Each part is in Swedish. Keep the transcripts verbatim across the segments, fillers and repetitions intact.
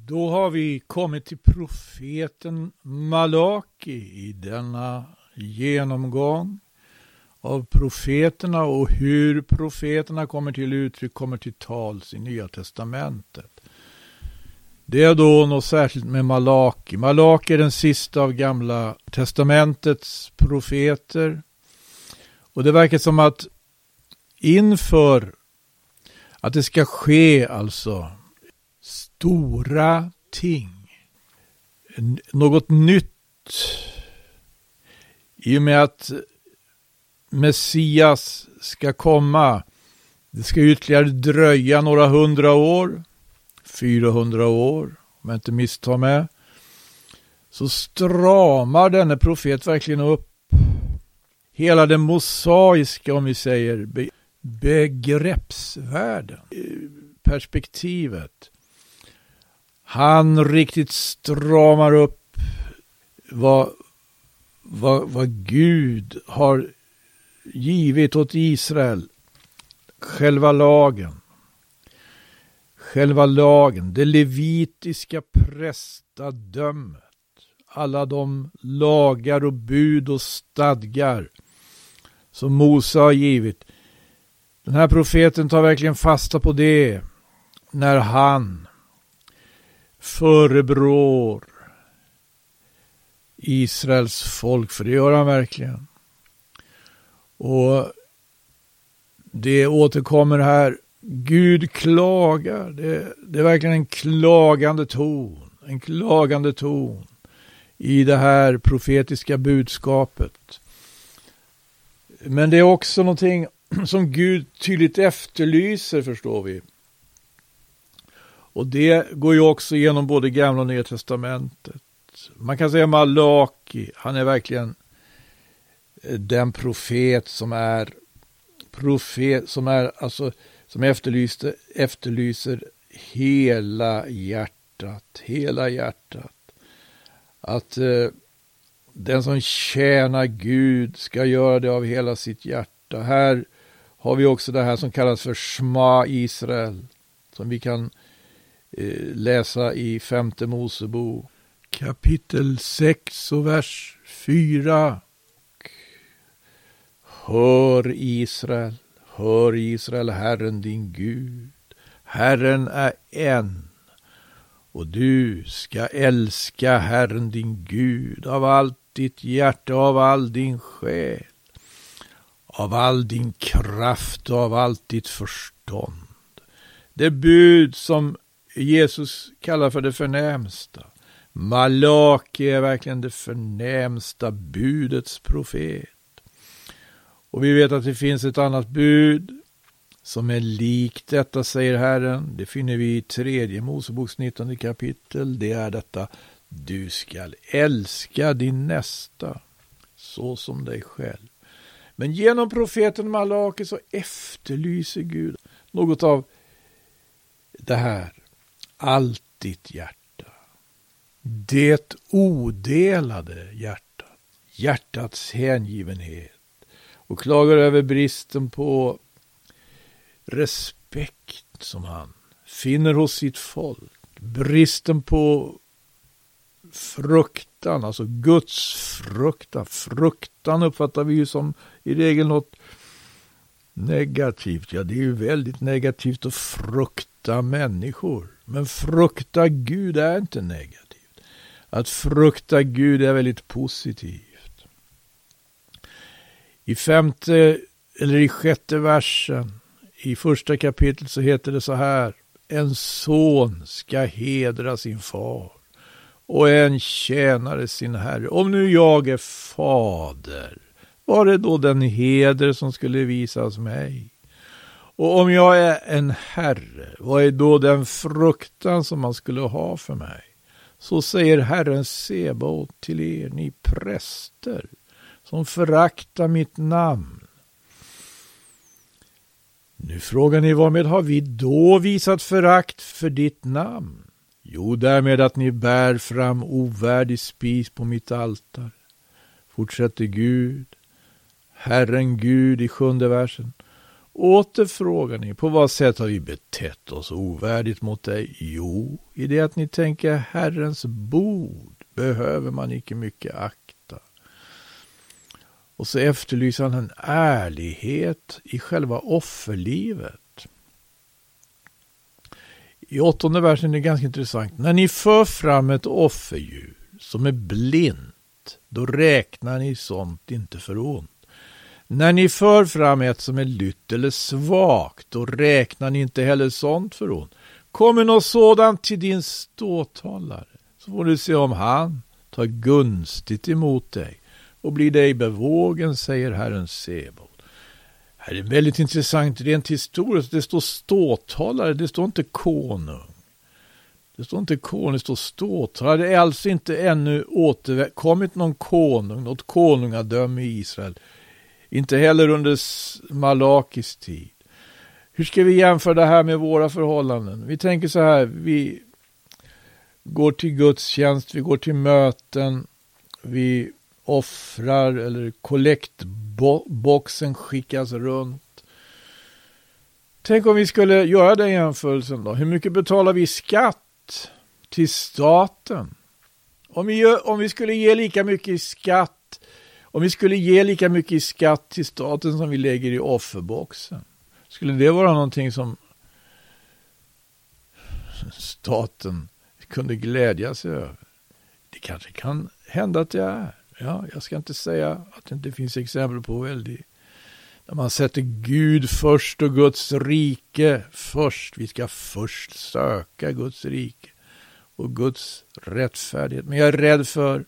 Då har vi kommit till profeten Malaki i denna genomgång av profeterna och hur profeterna kommer till uttryck, kommer till tals i Nya testamentet. Det är då något särskilt med Malaki. Malaki är den sista av Gamla testamentets profeter. Och det verkar som att inför att det ska ske alltså stora ting, något nytt, i och med att Messias ska komma, det ska ytterligare dröja några hundra år, fyrahundra år, om jag inte misstar mig, så stramar denne profet verkligen upp hela den mosaiska, om vi säger, be- begreppsvärlden, perspektivet. Han riktigt stramar upp vad, vad, vad Gud har givit åt Israel. Själva lagen. Själva lagen. Det levitiska prästadömet. Alla de lagar och bud och stadgar som Mose har givit. Den här profeten tar verkligen fasta på det när han förebrår Israels folk, för det gör han verkligen. Och det återkommer här, Gud klagar, det, det är verkligen en klagande ton, en klagande ton i det här profetiska budskapet. Men det är också någonting som Gud tydligt efterlyser, förstår vi. Och det går ju också genom både Gamla och Nya testamentet. Man kan säga Malaki, han är verkligen den profet som är profet som är alltså som efterlyste, efterlyser hela hjärtat, hela hjärtat. Att eh, den som tjänar Gud ska göra det av hela sitt hjärta. Här har vi också det här som kallas för Shma Israel, som vi kan eh, läsa i femte Mosebok kapitel sex och vers fyra. Hör Israel, hör Israel, Herren din Gud. Herren är en, och du ska älska Herren din Gud av allt ditt hjärta, av all din själ, av all din kraft och av allt ditt förstånd. Det bud som Jesus kallar för det förnämsta. Malaki är verkligen det förnämsta budets profet. Och vi vet att det finns ett annat bud som är likt detta, säger Herren. Det finner vi i tredje Moseboks nittonde kapitel. Det är detta: du skall älska din nästa så som dig själv. Men genom profeten Malaki så efterlyser Gud något av det här. Allt ditt hjärta. Det odelade hjärtat. Hjärtats hängivenhet. Och klagar över bristen på respekt som han finner hos sitt folk. Bristen på fruktan, alltså Guds fruktan. Fruktan uppfattar vi ju som i regel något negativt. Ja, det är ju väldigt negativt att frukta människor. Men frukta Gud är inte negativt. Att frukta Gud är väldigt positivt. I femte eller i sjätte versen i första kapitlet så heter det så här: en son ska hedra sin far och en tjänare sin herre. Om nu jag är fader, var det då den heder som skulle visas mig? Och om jag är en herre, vad är då den fruktan som man skulle ha för mig? Så säger Herren Sebaot till er, ni präster som föraktar mitt namn. Nu frågar ni, varmed har vi då visat förakt för ditt namn? Jo, därmed att ni bär fram ovärdig spis på mitt altare. Fortsätter Gud, Herren Gud i sjunde versen. Åter frågar ni, på vad sätt har vi betett oss ovärdigt mot dig? Jo, i det att ni tänker Herrens bord behöver man inte mycket akta. Och så efterlyser han en ärlighet i själva offerlivet. I åttonde versen är det ganska intressant. När ni för fram ett offerdjur som är blint, då räknar ni sånt inte för ont. När ni för fram ett som är lytt eller svagt, då räknar ni inte heller sånt för ont. Kommer något sådant till din ståthållare, så får du se om han tar gunstigt emot dig och blir dig bevågen, säger Herren Sebaot. Här är väldigt intressant rent historiskt. Det står ståthållare, det står inte konung. Det står inte konung, det står ståthållare. Det är alltså inte ännu återkommit någon konung, något konungadöme i Israel. Inte heller under Malakis tid. Hur ska vi jämföra det här med våra förhållanden? Vi tänker så här, vi går till gudstjänst, vi går till möten, vi offrar eller kollektboxen skickas runt. Tänk om vi skulle göra den jämförelsen då. Hur mycket betalar vi skatt till staten? Om vi, gör, om vi skulle ge lika mycket i skatt Om vi skulle ge lika mycket i skatt till staten som vi lägger i offerboxen, skulle det vara någonting som staten kunde glädja sig över? Det kanske kan hända att det är. Ja, jag ska inte säga att det inte finns exempel på väldigt. När man sätter Gud först och Guds rike först. Vi ska först söka Guds rike och Guds rättfärdighet. Men jag är rädd för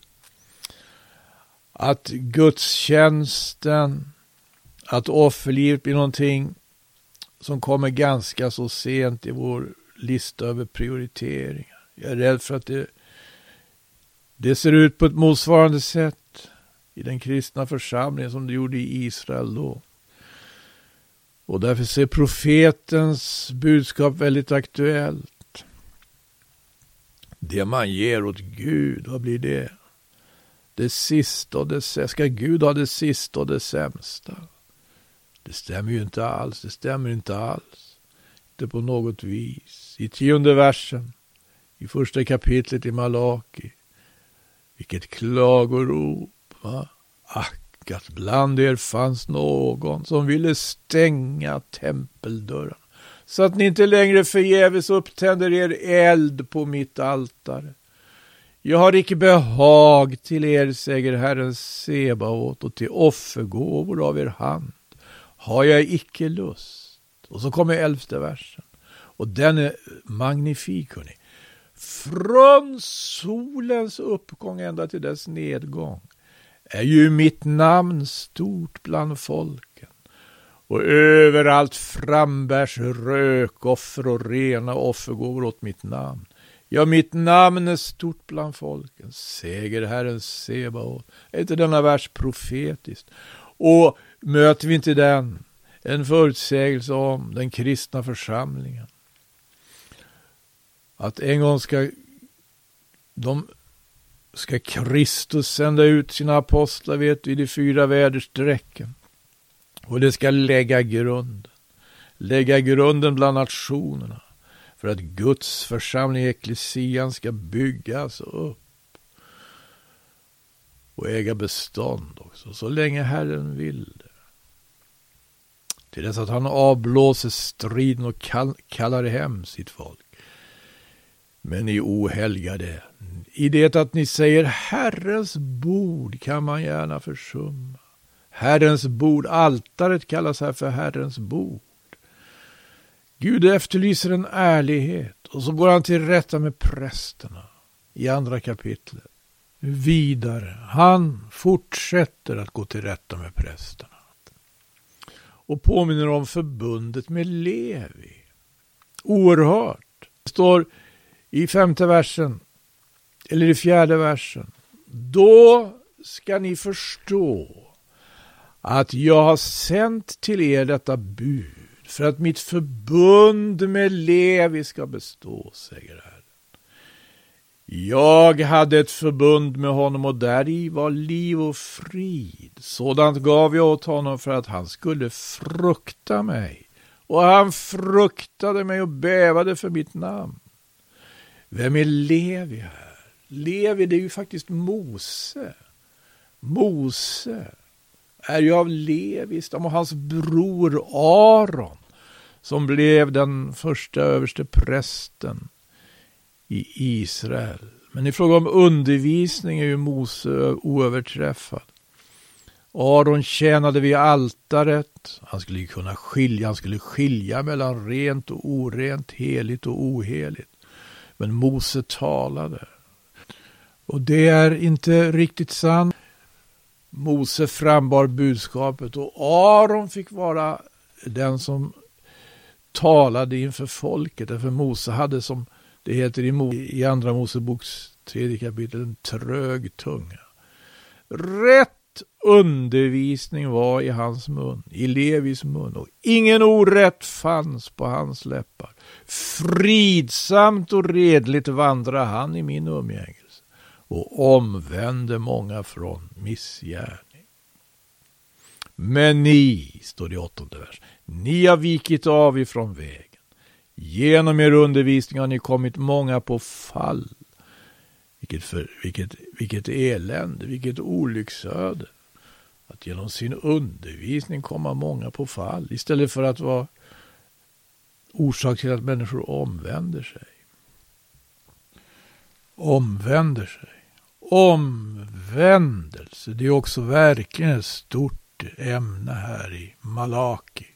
att gudstjänsten, att offerlivet blir någonting som kommer ganska så sent i vår lista över prioriteringar. Jag är rädd för att det, det ser ut på ett motsvarande sätt i den kristna församlingen som det gjorde i Israel då. Och därför ser profetens budskap väldigt aktuellt. Det man ger åt Gud, vad blir det? Det sista och det sämsta. Ska Gud ha det sista och det sämsta? Det stämmer ju inte alls. Det stämmer inte alls. Inte på något vis. I tionde versen, i första kapitlet i Malaki. Vilket klagorop, va? Ack, att bland er fanns någon som ville stänga tempeldörren, så att ni inte längre förgäves upptänder er eld på mitt altare. Jag har icke behag till er, säger Herren Sebaot, och till offergåvor av er hand har jag icke lust. Och så kommer elfte versen. Och den är magnifik, hörni. Från solens uppgång ända till dess nedgång är ju mitt namn stort bland folken. Och överallt frambärs rökoffer och rena offergåvor åt mitt namn. Ja, mitt namn är stort bland folken, säger Herren Sebaot. Är inte denna vers profetiskt? Och möter vi inte den? En förutsägelse om den kristna församlingen. Att en gång ska, de, ska Kristus sända ut sina apostlar, vet vi, i de fyra vädersträcken. Och det ska lägga grunden. Lägga grunden bland nationerna. För att Guds församling i eklesian ska byggas upp. Och äga bestånd också. Så länge Herren vill det. Till dess att han avblåser striden och kall, kallar hem sitt folk. Men ni ohelgade, i det att ni säger Herrens bord kan man gärna försumma. Herrens bord, altaret kallas här för Herrens bord. Gud efterlyser en ärlighet, och så går han till rätta med prästerna i andra kapitlet. Vidare, han fortsätter att gå till rätta med prästerna. Och påminner om förbundet med Levi. Oerhört. Det står i femte versen, eller i fjärde versen. Då ska ni förstå att jag har sänt till er detta bud för att mitt förbund med Levi ska bestå, säger Herren. Jag hade ett förbund med honom och där i var liv och frid. Sådant gav jag åt honom för att han skulle frukta mig. Och han fruktade mig och bävade för mitt namn. Vem är Levi här? Levi, det är ju faktiskt Mose. Mose är ju av Levis och hans bror Aron som blev den första överste prästen i Israel. Men i fråga om undervisning är ju Mose oöverträffad. Aron tjänade vid altaret. Han skulle kunna skilja, han skulle skilja mellan rent och orent, heligt och oheligt. Men Mose talade. Och det är inte riktigt sant. Mose frambar budskapet och Aron fick vara den som talade inför folket. Därför Mose hade, som det heter i, Mo- i andra Moseboks tredje kapitel, en trög tunga. Rätt undervisning var i hans mun, i Levis mun, och ingen orätt fanns på hans läppar. Fridsamt och redligt vandrade han i min umgängelse och omvände många från missgärning. Men ni, står det i åttonde vers, ni har vikit av ifrån vägen. Genom er undervisning har ni kommit många på fall. Vilket, för, vilket, vilket elände, vilket olycksöde. Att genom sin undervisning komma många på fall. Istället för att vara orsak till att människor omvänder sig. Omvänder sig. Omvändelse. Det är också verkligen ett stort ämne här i Malaki.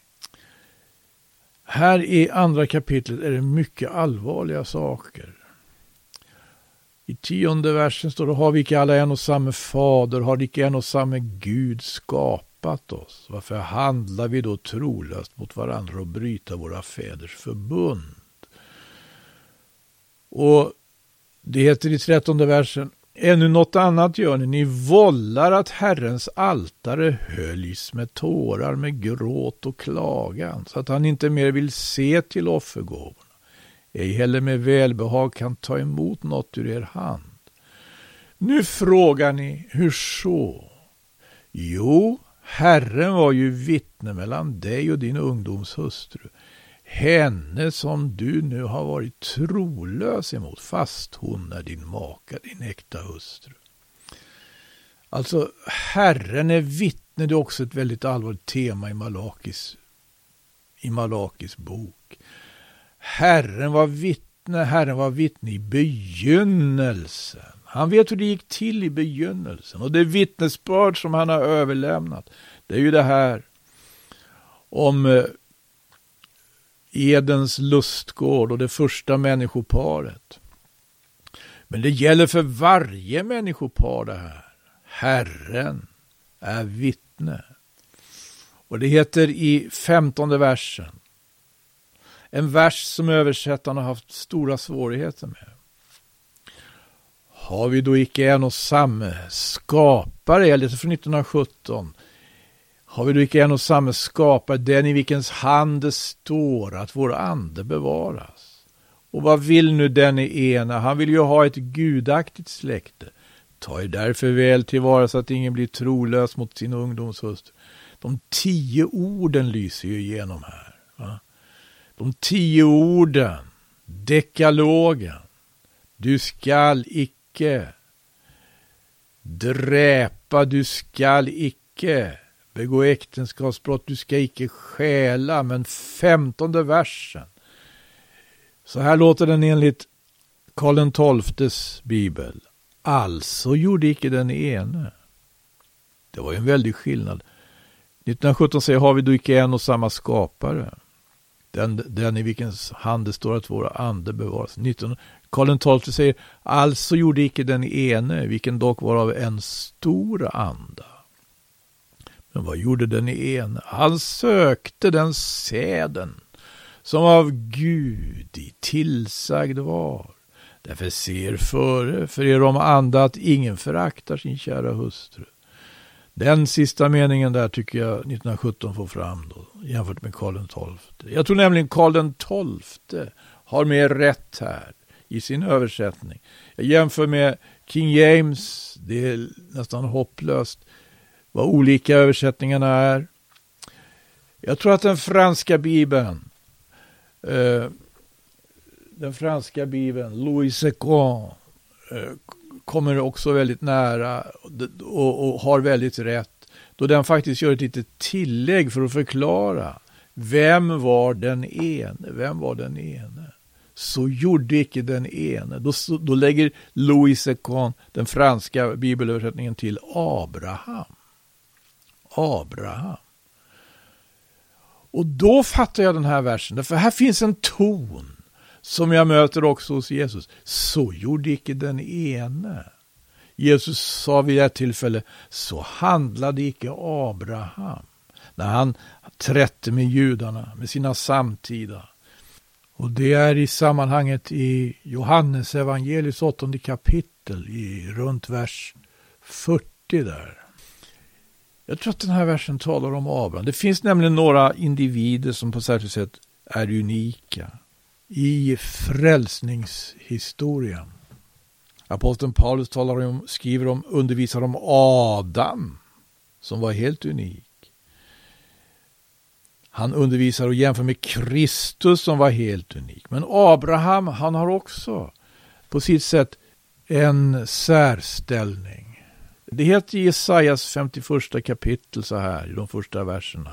Här i andra kapitlet är det mycket allvarliga saker. I tionde versen står det: har vi icke alla en och samma fader, har icke en och samma Gud skapat oss? Varför handlar vi då trolöst mot varandra och bryta våra fäders förbund? Och det heter i trettonde versen: ännu något annat gör ni, ni vållar att Herrens altare höljs med tårar, med gråt och klagan, så att han inte mer vill se till offergåvorna. Ej heller med välbehag kan ta emot något ur er hand. Nu frågar ni, hur så? Jo, Herren var ju vittne mellan dig och din ungdomshustru, henne som du nu har varit trolös emot, fast hon är din maka, din äkta hustru. Alltså, Herren är vittne, det är också ett väldigt allvarligt tema i Malakis, i Malakis bok. Herren var vittne, Herren var vittne i begynnelsen. Han vet hur det gick till i begynnelsen. Och det vittnesbörd som han har överlämnat, det är ju det här om eh, Edens lustgård och det första människoparet. Men det gäller för varje människopar det här. Herren är vittne. Och det heter i femtonde versen. En vers som översättarna har haft stora svårigheter med. Har vi då icke en och samma skapare, eller från nittonhundrasjutton. Har vi då icke en och samma skapare, den i vilkens hand det står att vår ande bevaras. Och vad vill nu den ena? Han vill ju ha ett gudaktigt släkte. Ta er därför väl tillvara så att ingen blir trolös mot sin ungdomshustru. De tio orden lyser ju igenom här. Va? De tio orden, dekalogen. Du skall icke dräpa, du skall icke begå äktenskapsbrott, du ska icke stjäla. Men femtonde versen, så här låter den enligt Karl den tolftes bibel. Alltså gjorde icke den ene. Det var ju en väldig skillnad. nittonhundrasjutton säger, har vi då icke en och samma skapare? Den, den i vilkens hand det står att våra ande bevaras. nitton Karl den tolfte säger, alltså gjorde icke den ene, vilken dock var av en stor anda. Men vad gjorde den ene? Han sökte den säden som av Gud i tillsagd var. Därför ser före för er om anda att ingen föraktar sin kära hustru. Den sista meningen där tycker jag nittonhundrasjutton får fram då, jämfört med Karl den tolfte. Jag tror nämligen Karl den tolfte har mer rätt här i sin översättning. Jag jämför med King James, det är nästan hopplöst vad olika översättningarna är. Jag tror att den franska bibeln, eh, den franska bibeln, Louis Second, eh, kommer också väldigt nära och, och har väldigt rätt. Då den faktiskt gör ett litet tillägg för att förklara vem var den ene, vem var den ene. Så gjorde icke den ene. Då, då lägger Louis Second, den franska bibelöversättningen, till Abraham. Abraham. Och då fattar jag den här versen. För här finns en ton som jag möter också hos Jesus. Så gjorde icke den ene. Jesus sa vid ett tillfälle, så handlade icke Abraham när han trätte med judarna, med sina samtida. Och det är i sammanhanget i Johannes evangeliets åttonde kapitel, i runt vers fyrtio där. Jag tror att den här versen talar om Abraham. Det finns nämligen några individer som på särskilt sätt är unika i frälsningshistorien. Aposteln Paulus talar om, skriver om, undervisar om Adam som var helt unik. Han undervisar och jämför med Kristus som var helt unik. Men Abraham, han har också på sitt sätt en särställning. Det heter i Jesajas femtioförsta kapitel så här i de första verserna.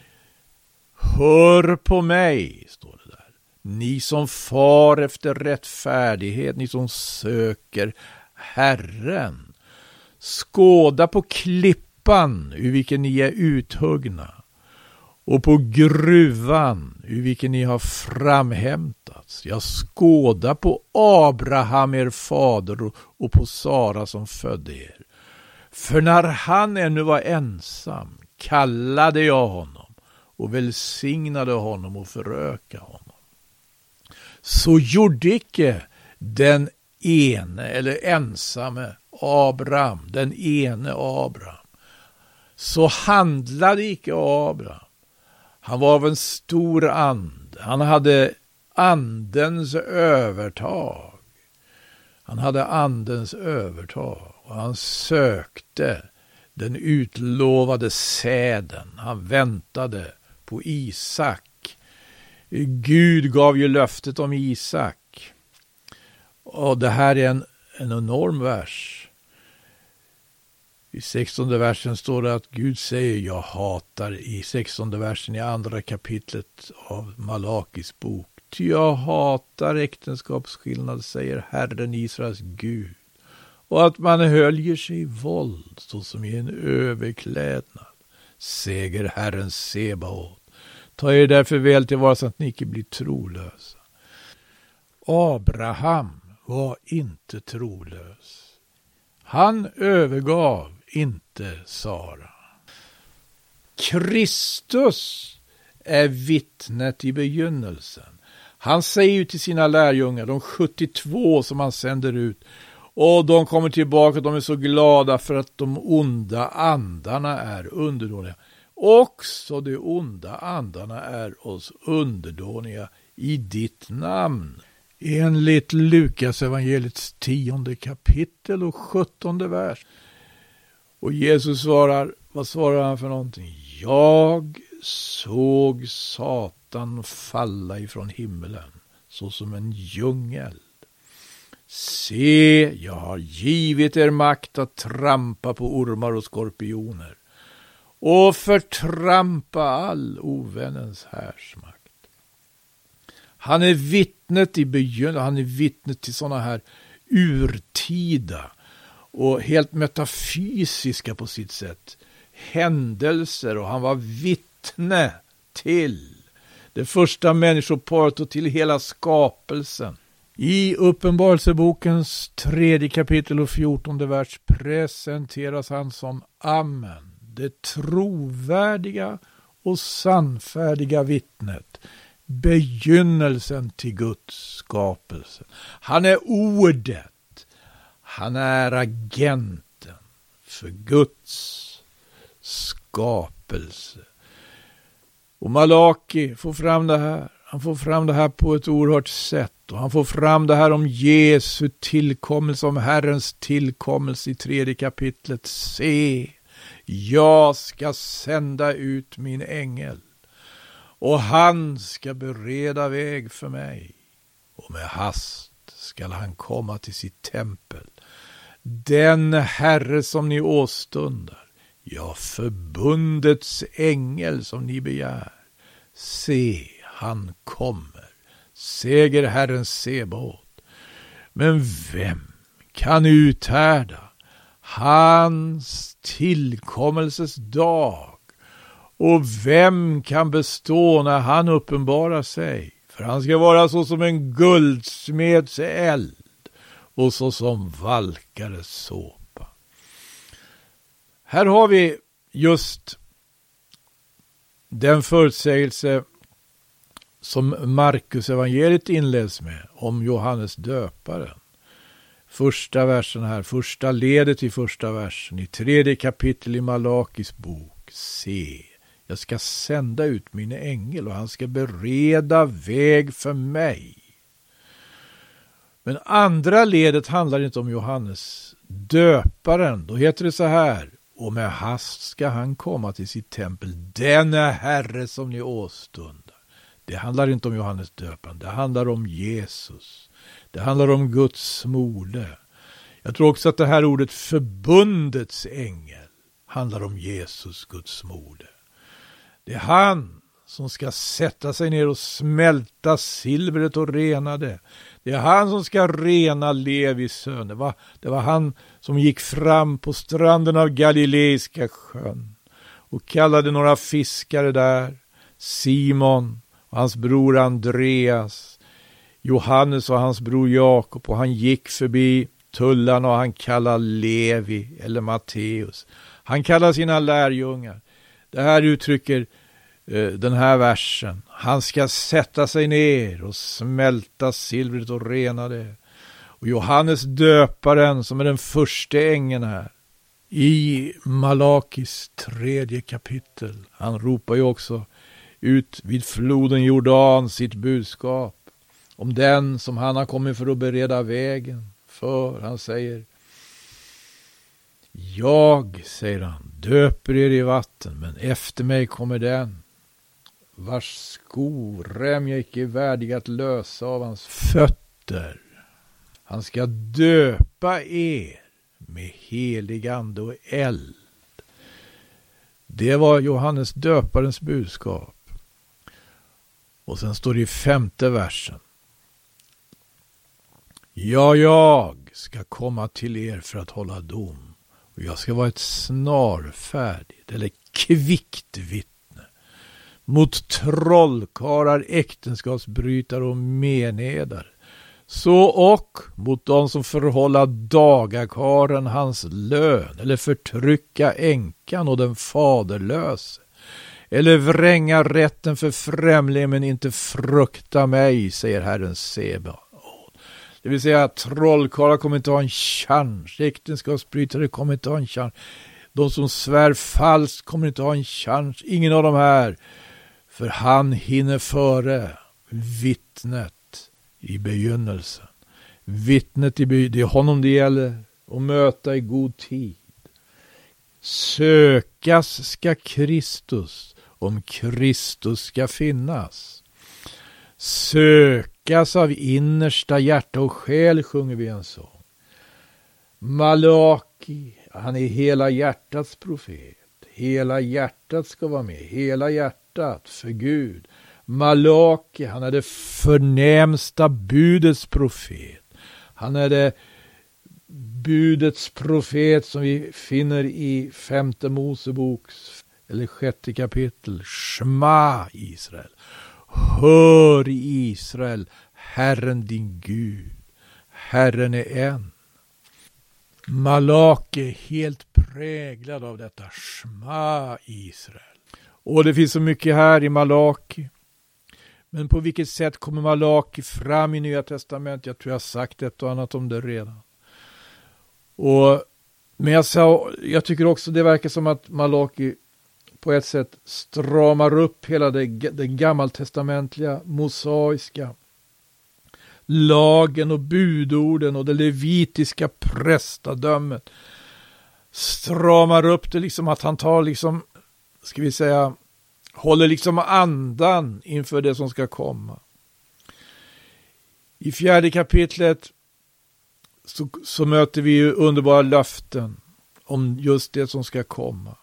Hör på mig, står det där. Ni som far efter rättfärdighet, ni som söker Herren. Skåda på klippan ur vilken ni är uthuggna. Och på gruvan ur vilken ni har framhämtats. Jag skåda på Abraham er fader och på Sara som födde er. För när han ännu var ensam kallade jag honom och välsignade honom och föröka honom. Så gjorde icke den ene eller ensamme Abraham, den ene Abraham. Så handlade icke Abraham. Han var av en stor and. Han hade andens övertag. Han hade andens övertag. Och han sökte den utlovade säden. Han väntade på Isak. Gud gav ju löftet om Isak. Och det här är en, en enorm vers. I sextonde versen står det att Gud säger jag hatar, i sextonde versen i andra kapitlet av Malakis bok. Ty jag hatar äktenskapsskillnad, säger Herren Israels Gud. Och att man höljer sig i våld såsom i en överklädnad, säger Herren Sebaot. Ta er därför väl till vara så att ni icke blir trolösa. Abraham var inte trolös. Han övergav inte Sara. Kristus är vittnet i begynnelsen. Han säger ju till sina lärjungar, de sjuttiotvå som han sänder ut, och de kommer tillbaka och de är så glada för att de onda andarna är underdåniga. Också de onda andarna är oss underdåniga i ditt namn. Enligt Lukas evangeliets tionde kapitel och sjuttonde vers. Och Jesus svarar, vad svarar han för någonting? Jag såg Satan falla ifrån himmelen såsom en djungel. Se, jag har givit er makt att trampa på ormar och skorpioner och förtrampa all ovännens härsmakt. Han är vittnet i begynnelsen, han är vittnet till sådana här urtida och helt metafysiska på sitt sätt händelser, och han var vittne till det första människoparet och till hela skapelsen. I Uppenbarelsebokens tredje kapitel och fjortonde vers presenteras han som Amen, det trovärdiga och sannfärdiga vittnet, begynnelsen till Guds skapelse. Han är ordet, han är agenten för Guds skapelse. Och Malaki får fram det här. Han får fram det här på ett oerhört sätt Och han får fram det här om Jesu tillkommelse, om Herrens tillkommelse i tredje kapitlet. Se, jag ska sända ut min ängel och han ska bereda väg för mig. Och med hast ska han komma till sitt tempel. Den Herre som ni åstundar, ja, förbundets ängel som ni begär. Se, han kommer, säger Herren Sebaot. Men vem kan uthärda hans tillkommelses dag? Och vem kan bestå när han uppenbarar sig? För han ska vara så som en guldsmeds eld och så som valkares såpa. Här har vi just den förutsägelse som Markus evangeliet inleds med om Johannes döparen. Första versen här, första ledet i första versen i tredje kapitel i Malakis bok. Se, jag ska sända ut min ängel och han ska bereda väg för mig. Men andra ledet handlar inte om Johannes döparen. Då heter det så här: och med hast ska han komma till sitt tempel, den är Herre som ni åstundar. Det handlar inte om Johannes döparen, det handlar om Jesus. Det handlar om Guds moder. Jag tror också att det här ordet förbundets ängel handlar om Jesus, Guds moder. Det är han som ska sätta sig ner och smälta silvret och rena det. Det är han som ska rena Levis son. Det var, det var han som gick fram på stranden av Galileiska sjön och kallade några fiskare där, Simon och hans bror Andreas, Johannes och hans bror Jakob, och han gick förbi tullarna och han kallade Levi eller Matteus. Han kallar sina lärjungar. Det här uttrycker eh, den här versen. Han ska sätta sig ner och smälta silvret och rena det. Och Johannes döparen, som är den första ängeln här i Malakis tredje kapitel, han ropar ju också ut vid floden Jordan sitt budskap om den som han har kommit för att bereda vägen för. Han säger: jag, säger han, döper er i vatten, men efter mig kommer den vars skorem jag icke är värdig att lösa av hans fötter. Han ska döpa er med helig ande och eld. Det var Johannes döparens budskap. Och sen står det i femte versen: ja, jag ska komma till er för att hålla dom, och jag ska vara ett snarfärdigt eller kvickt vittne mot trollkarlar, äktenskapsbrytare och menedare, så och mot de som förhålla dagakaren hans lön, eller förtrycka änkan och den faderlöse, eller vränga rätten för främling men inte frukta mig, säger Herren Seba. Det vill säga att trollkarlar kommer inte ha en chans, äktenskapsbrytare kommer inte ha en chans, de som svär falskt kommer inte ha en chans, ingen av de här, för han hinner före vittnet i begynnelsen. Vittnet i begynnelsen, det är honom det gäller att möta i god tid. Sökas ska Kristus, om Kristus ska finnas. Sökas av innersta hjärta och själ, sjunger vi en sång. Malaki, han är hela hjärtats profet. Hela hjärtat ska vara med, hela hjärtat för Gud. Malaki, han är det förnämsta budets profet. Han är det budets profet som vi finner i femte Moseboks eller sjätte kapitel. Shma Israel. Hör Israel, Herren din Gud, Herren är en. Malaki är helt präglad av detta Shma Israel. Och det finns så mycket här i Malaki. Men på vilket sätt kommer Malaki fram i Nya testamentet? Jag tror jag har sagt ett och annat om det redan. Och, men jag, sa, jag tycker också det verkar som att Malaki på ett sätt stramar upp hela det, det gammaltestamentliga, mosaiska lagen och budorden och det levitiska prästadömet. Stramar upp det liksom att han tar liksom, ska vi säga, håller liksom andan inför det som ska komma. I fjärde kapitlet så, så möter vi ju underbara löften om just det som ska komma.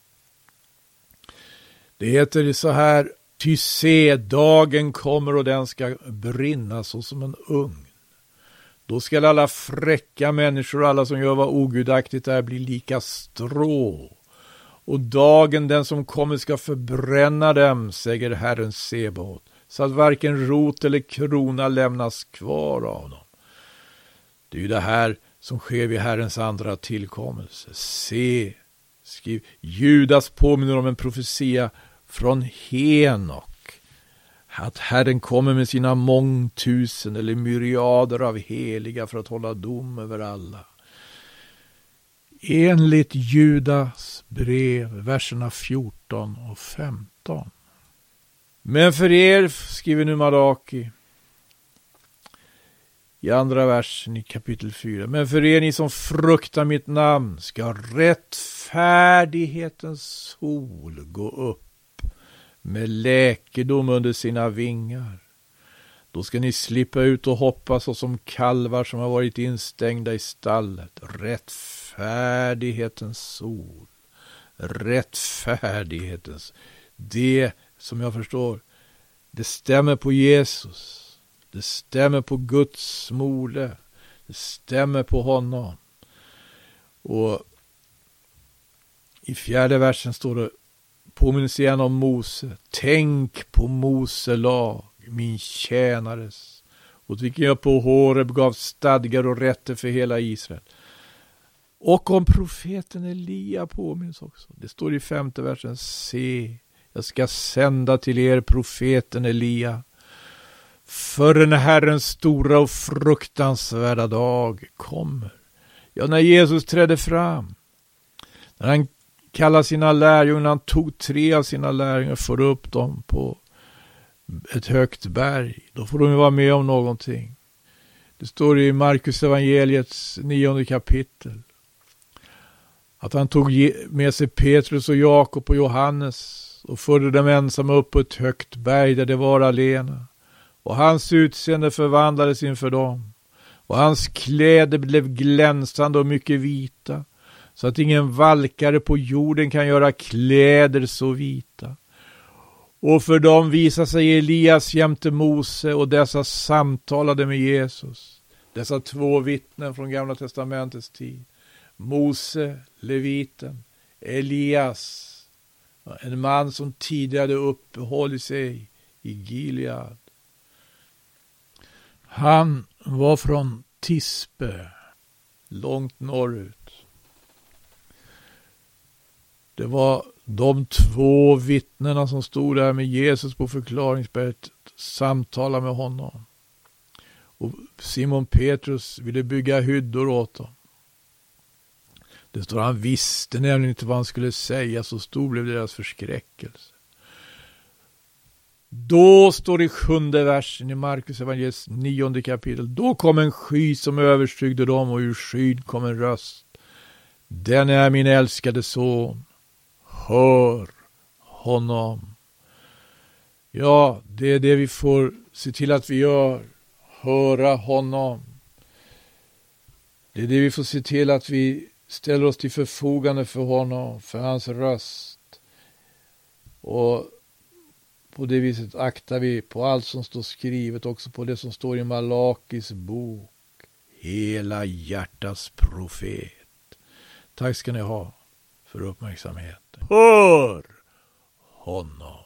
Det heter så här: ty se, dagen kommer och den ska brinna så som en ugn. Då ska alla fräcka människor och alla som gör vad ogudaktigt är bli lika strå. Och dagen den som kommer ska förbränna dem, säger Herren Sebaot, så att varken rot eller krona lämnas kvar av dem. Det är ju det här som sker vid Herrens andra tillkommelse. Se, skriv, Judas påminner om en profetia från Henok, att Herren kommer med sina mångtusen eller myriader av heliga för att hålla dom över alla. Enligt Judas brev, verserna fjorton och femton. Men för er, skriver nu Malaki i andra versen i kapitel fyra, men för er ni som fruktar mitt namn ska rättfärdighetens sol gå upp med läkedom under sina vingar. Då ska ni slippa ut och hoppa så som kalvar som har varit instängda i stallet. Rättfärdighetens sol. Rättfärdighetens. Det som jag förstår, det stämmer på Jesus. Det stämmer på Guds smorde. Det stämmer på honom. Och i fjärde versen står det, påminns igen om Mose. Tänk på Mose lag, min tjänares, åt vilken jag på Horeb gav stadgar och rätter för hela Israel. Och om profeten Elia påminns också. Det står i femte versen, se, jag ska sända till er profeten Elia förrän Herrens stora och fruktansvärda dag kommer. Ja, när Jesus trädde fram, när han kallade sina lärjungar, han tog tre av sina lärjungar och förde upp dem på ett högt berg, då får de ju vara med om någonting. Det står i Markus evangeliets nionde kapitel att han tog med sig Petrus och Jakob och Johannes och förde dem ensamma upp på ett högt berg där det var alena. Och hans utseende förvandlades inför dem. Och hans kläder blev glänsande och mycket vita, så att ingen valkare på jorden kan göra kläder så vita. Och för dem visade sig Elias jämte Mose, och dessa samtalade med Jesus. Dessa två vittnen från Gamla testamentets tid. Mose, leviten, Elias, en man som tidigare uppehållit sig i Gilead. Han var från Tispe, långt norrut. Det var de två vittnena som stod där med Jesus på förklaringsberget, samtalade med honom. Och Simon Petrus ville bygga hyddor åt dem. Det står, han visste nämligen inte vad han skulle säga, så stor blev deras förskräckelse. Då står det i sjunde versen i Markus evangeliets nionde kapitel. Då kom en sky som överskygde dem, och ur skyn kom en röst. Den är min älskade son. Hör honom. Ja, det är det vi får se till att vi gör. Höra honom. Det är det vi får se till att vi ställer oss till förfogande för honom, för hans röst. Och på det viset aktar vi på allt som står skrivet, också på det som står i Malakis bok. Hela hjärtas profet. Tack ska ni ha för uppmärksamheten. Hör honom.